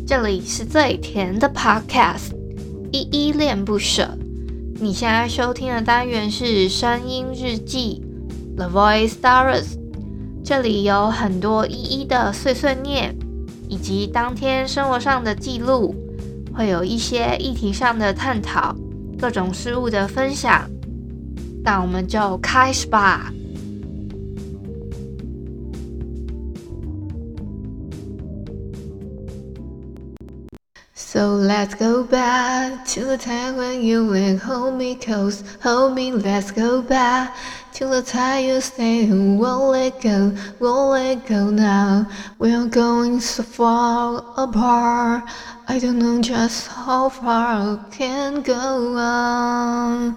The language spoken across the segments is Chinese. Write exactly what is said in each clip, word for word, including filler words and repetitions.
这里是最甜的 Podcast， 依依恋不舍。你现在收听的单元是声音日记 The Voice Diaries， 这里有很多依依的碎碎念，以及当天生活上的记录，会有一些议题上的探讨，各种事物的分享。那我们就开始吧。So let's go back to the time when you would hold me close, hold me, let's go back to the time you stay and won't let go, won't let go now. We're going so far apart, I don't know just how far I can go on.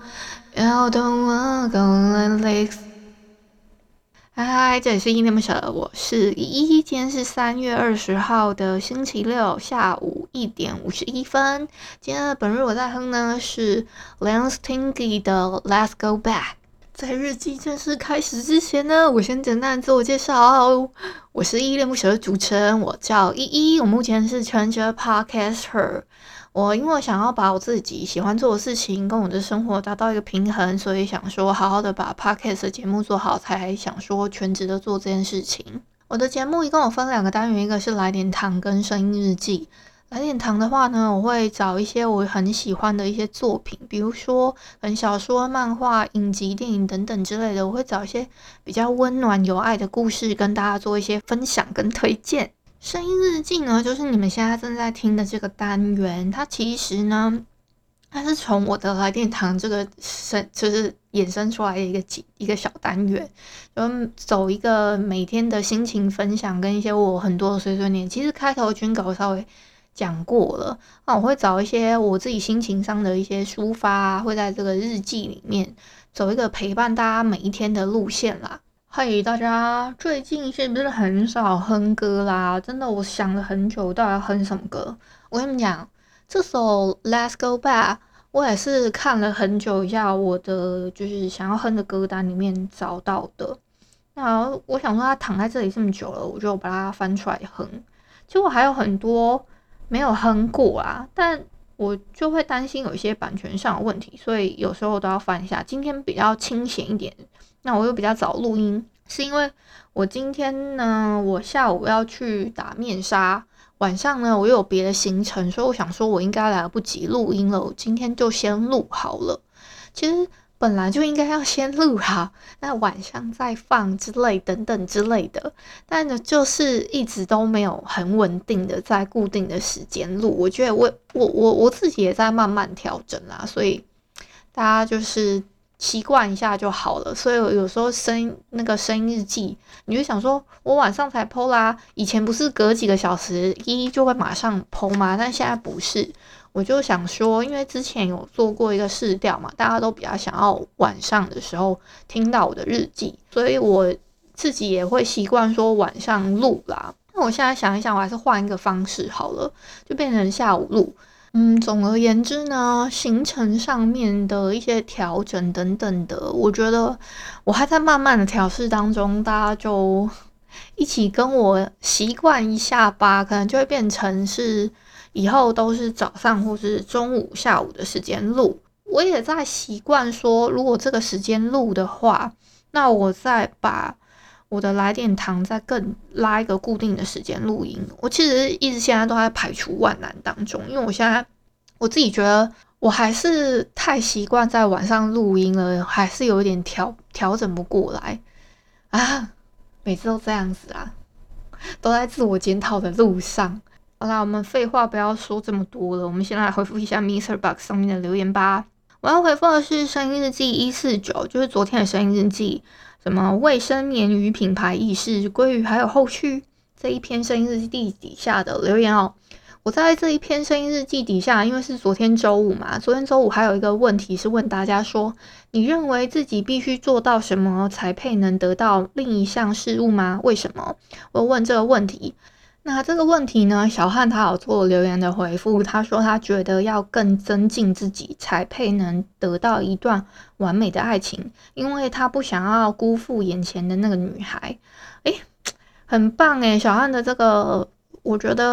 I don't wanna go like this.嗨嗨，这里是依依恋不舍，我是依依。今天是三月二十号的星期六下午一点五十一分。今天的本日我在哼呢是 Leon Stingy 的 Let's Go Back。在日记正式开始之前呢，我先简单自我介绍。我是依依恋不舍的主持人，我叫依依。我目前是全职 Podcaster。我因为想要把我自己喜欢做的事情跟我的生活达到一个平衡，所以想说好好的把 podcast 的节目做好，才想说全职的做这件事情。我的节目一共有分两个单元，一个是来点糖跟声音日记。来点糖的话呢，我会找一些我很喜欢的一些作品，比如说可能小说、漫画、影集、电影等等之类的，我会找一些比较温暖有爱的故事跟大家做一些分享跟推荐。声音日记呢，就是你们现在正在听的这个单元，它其实呢，它是从我的来电堂这个生就是衍生出来的一个一个小单元，就走一个每天的心情分享跟一些我很多的碎碎念。其实开头军稿稍微讲过了，那我会找一些我自己心情上的一些抒发啊，会在这个日记里面走一个陪伴大家每一天的路线啦。嘿，大家最近是不是很少哼歌啦？真的，我想了很久，到底要哼什么歌？我跟你们讲，这首 Let's Go Back 我也是看了很久一下我的就是想要哼的歌单里面找到的。那我想说，它躺在这里这么久了，我就把它翻出来哼。其实我还有很多没有哼过啊，但我就会担心有一些版权上的问题，所以有时候都要翻一下。今天比较清闲一点。那我又比较早录音，是因为我今天呢，我下午要去打面纱，晚上呢我又有别的行程，所以我想说我应该来不及录音了，我今天就先录好了。其实本来就应该要先录好，那晚上再放之类等等之类的，但呢就是一直都没有很稳定的在固定的时间录。我觉得我我我我自己也在慢慢调整啦，所以大家就是习惯一下就好了。所以有时候声那个声音日记，你就想说我晚上才 po 啦，以前不是隔几个小时一就会马上 po 吗？但现在不是。我就想说，因为之前有做过一个试调嘛，大家都比较想要晚上的时候听到我的日记，所以我自己也会习惯说晚上录啦。那我现在想一想，我还是换一个方式好了，就变成下午录。嗯，总而言之呢，行程上面的一些调整等等的，我觉得我还在慢慢的调试当中，大家就一起跟我习惯一下吧，可能就会变成是以后都是早上或是中午、下午的时间录。我也在习惯说，如果这个时间录的话，那我再把我的来电堂再更拉一个固定的时间录音。我其实一直现在都在排除万难当中，因为我现在我自己觉得我还是太习惯在晚上录音了，还是有一点调调整不过来啊。每次都这样子啊，都在自我检讨的路上。好啦，我们废话不要说这么多了，我们先来回复一下 Mister Box 上面的留言吧。我要回复的是声音日记一四九，就是昨天的声音日记，什么卫生棉与品牌意识、鲑鱼还有后续这一篇声音日记底下的留言哦。我在这一篇声音日记底下，因为是昨天周五嘛，昨天周五还有一个问题是问大家说，你认为自己必须做到什么才配能得到另一项事物吗？为什么？我问这个问题。那这个问题呢，小汉他有做留言的回复，他说他觉得要更增进自己才配能得到一段完美的爱情，因为他不想要辜负眼前的那个女孩。诶，很棒诶，小汉的这个我觉得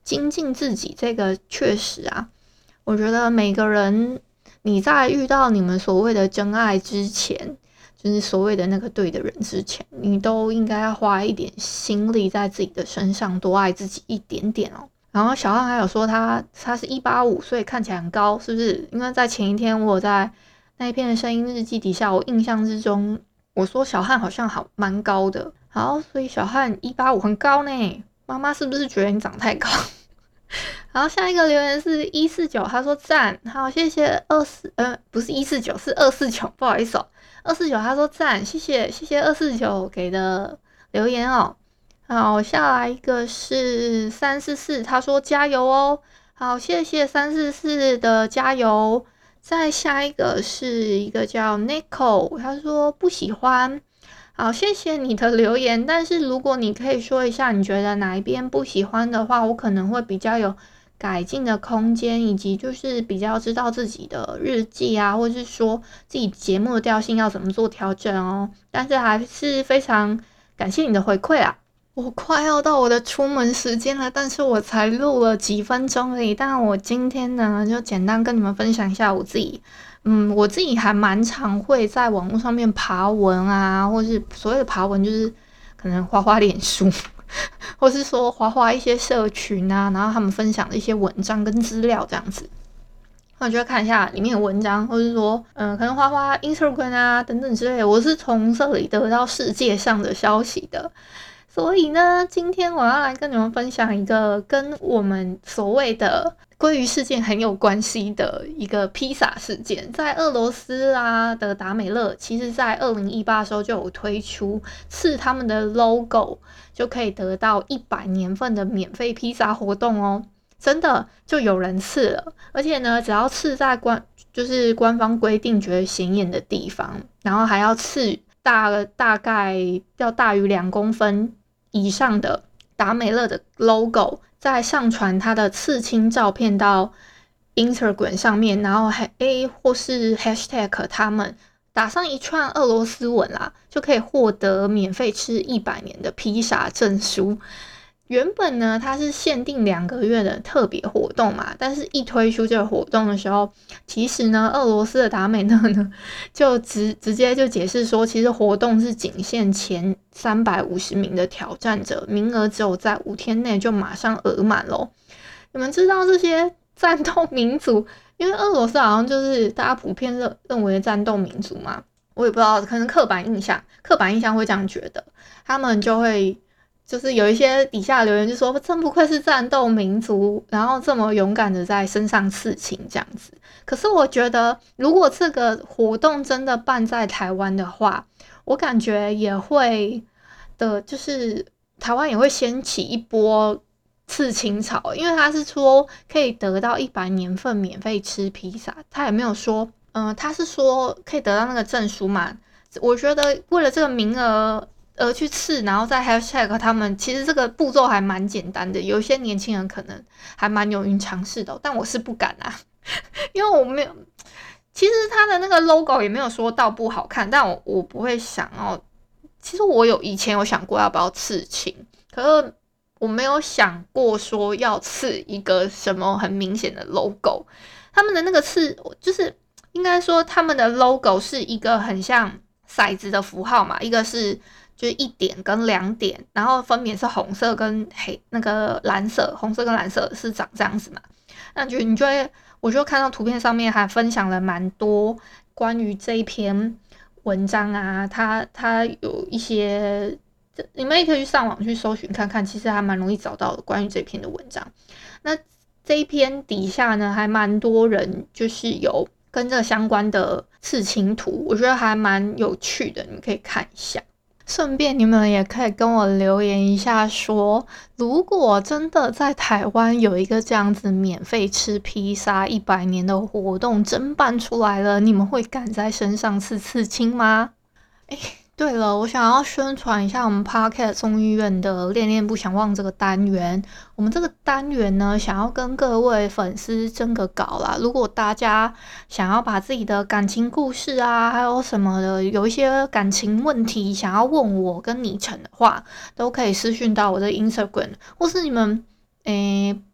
精进自己，这个确实啊，我觉得每个人你在遇到你们所谓的真爱之前，就是所谓的那个对的人之前，你都应该要花一点心力在自己的身上，多爱自己一点点哦。然后小汉还有说他他是一八五，所以看起来很高，是不是？因为在前一天我有在那一篇的声音日记底下，我印象之中我说小汉好像好蛮高的，好，所以小汉一八五很高呢。妈妈是不是觉得你长太高？然后下一个留言是一四九，他说赞，好，谢谢二四，呃，不是一四九，是二四九，不好意思哦，二四九他说赞，谢谢谢谢二四九给的留言哦。好，下来一个是三四四，他说加油哦，好，谢谢三四四的加油。再下一个是一个叫 Nico， 他说不喜欢。好，谢谢你的留言，但是如果你可以说一下你觉得哪一边不喜欢的话，我可能会比较有改进的空间，以及就是比较知道自己的日记啊，或是说自己节目的调性要怎么做调整哦。但是还是非常感谢你的回馈啊。我快要到我的出门时间了，但是我才录了几分钟而已。但我今天呢，就简单跟你们分享一下我自己，嗯，我自己还蛮常会在网络上面爬文啊，或是所谓的爬文，就是可能滑滑脸书，或是说滑滑一些社群啊，然后他们分享的一些文章跟资料这样子。我就会看一下里面的文章，或是说，嗯、呃，可能滑滑 Instagram 啊等等之类的。我是从这里得到世界上的消息的。所以呢，今天我要来跟你们分享一个跟我们所谓的鲑鱼事件很有关系的一个披萨事件。在俄罗斯啊的达美乐，其实在二零一八的时候就有推出刺他们的 logo 就可以得到一百年份的免费披萨活动哦。真的就有人刺了，而且呢，只要刺在官就是官方规定觉得显眼的地方，然后还要刺大大概要大于两公分以上的达美乐的 logo， 再上传它的刺青照片到 Instagram 上面，然后还 A 或是 hashtag 他们打上一串俄罗斯文啦，就可以获得免费吃一百年的披萨证书。原本呢，它是限定两个月的特别活动嘛，但是一推出这个活动的时候，其实呢，俄罗斯的达美乐呢，就直直接就解释说，其实活动是仅限前三百五十名的挑战者，名额只有在五天内就马上额满咯。你们知道这些战斗民族，因为俄罗斯好像就是大家普遍认认为的战斗民族嘛，我也不知道，可能刻板印象，刻板印象会这样觉得，他们就会。就是有一些底下留言就说，真不愧是战斗民族，然后这么勇敢的在身上刺青这样子。可是我觉得，如果这个活动真的办在台湾的话，我感觉也会的，就是台湾也会掀起一波刺青潮，因为他是说可以得到一百年份免费吃披萨，他也没有说，嗯、呃，他是说可以得到那个证书嘛。我觉得为了这个名额。而去刺，然后再 hashtag 他们，其实这个步骤还蛮简单的，有一些年轻人可能还蛮勇于尝试的、哦，但我是不敢啊，因为我没有，其实他的那个 logo 也没有说到不好看，但我我不会想要，其实我有以前有想过要不要刺青，可是我没有想过说要刺一个什么很明显的 logo， 他们的那个刺就是应该说他们的 logo 是一个很像骰子的符号嘛，一个是。就是一点跟两点，然后分别是红色跟黑那个蓝色，红色跟蓝色是长这样子嘛？那就你就会，我就看到图片上面还分享了蛮多关于这一篇文章啊，它它有一些，你们也可以去上网去搜寻看看，其实还蛮容易找到的关于这篇的文章。那这一篇底下呢，还蛮多人就是有跟这相关的刺青图，我觉得还蛮有趣的，你们可以看一下。顺便你们也可以跟我留言一下说，如果真的在台湾有一个这样子免费吃披萨一百年的活动真办出来了，你们会敢在身上刺刺青吗？诶对了，我想要宣传一下我们 Podcast 众议院的恋恋不想忘这个单元。我们这个单元呢，想要跟各位粉丝征个稿啦。如果大家想要把自己的感情故事啊，还有什么的，有一些感情问题想要问我跟你成的话，都可以私讯到我的 Instagram，或是你们诶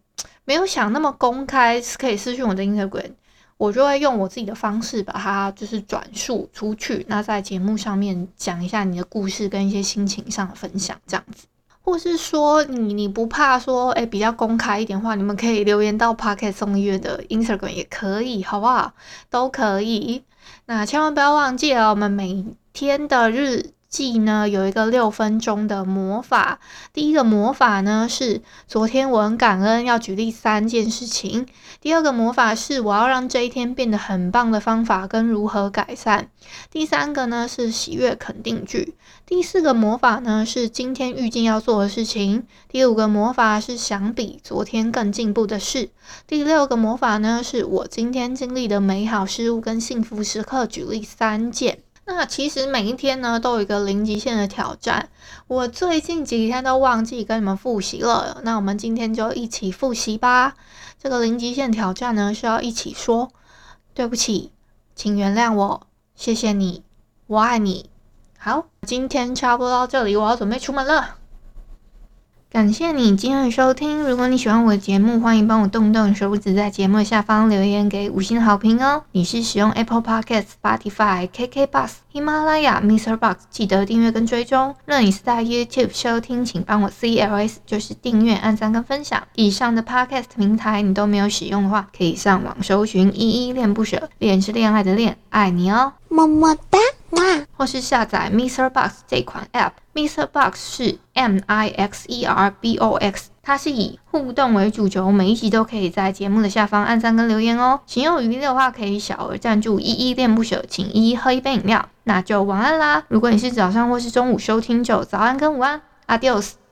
没有想那么公开，可以私讯我的 Instagram， 我就会用我自己的方式把它就是转述出去，那在节目上面讲一下你的故事跟一些心情上的分享这样子。或是说你你不怕说诶比较公开一点的话，你们可以留言到 Podcast 送音乐的 Instagram 也可以，好不好？都可以。那千万不要忘记了，我们每天的日记呢有一个六分钟的魔法。第一个魔法呢是昨天我很感恩，要举例三件事情。第二个魔法是我要让这一天变得很棒的方法跟如何改善。第三个呢是喜悦肯定句。第四个魔法呢是今天预计要做的事情。第五个魔法是想比昨天更进步的事。第六个魔法呢是我今天经历的美好事物跟幸福时刻，举例三件。那其实每一天呢都有一个零极限的挑战，我最近几天都忘记跟你们复习了，那我们今天就一起复习吧。这个零极限挑战呢是要一起说对不起，请原谅我，谢谢你，我爱你。好，今天差不多到这里，我要准备出门了。感谢你今天的收听，如果你喜欢我的节目，欢迎帮我动动手指，在节目下方留言给五星好评哦。你是使用 Apple Podcast、Spotify、K K B O X、喜马拉雅、Mister Box， 记得订阅跟追踪。若你是在 YouTube 收听，请帮我 C L S， 就是订阅、按赞跟分享。以上的 Podcast 平台你都没有使用的话，可以上网搜寻依依恋不舍，恋是恋爱的恋，爱你哦，么么哒。或是下载 Mister Box 这款 App，Mister Box 是 M I X E R B O X， 它是以互动为主轴，每一集都可以在节目的下方按赞跟留言哦。行有余力的话，可以小额赞助依依恋不舍，请依依喝一杯饮料。那就晚安啦！如果你是早上或是中午收听，就早安跟午安 ，Adios。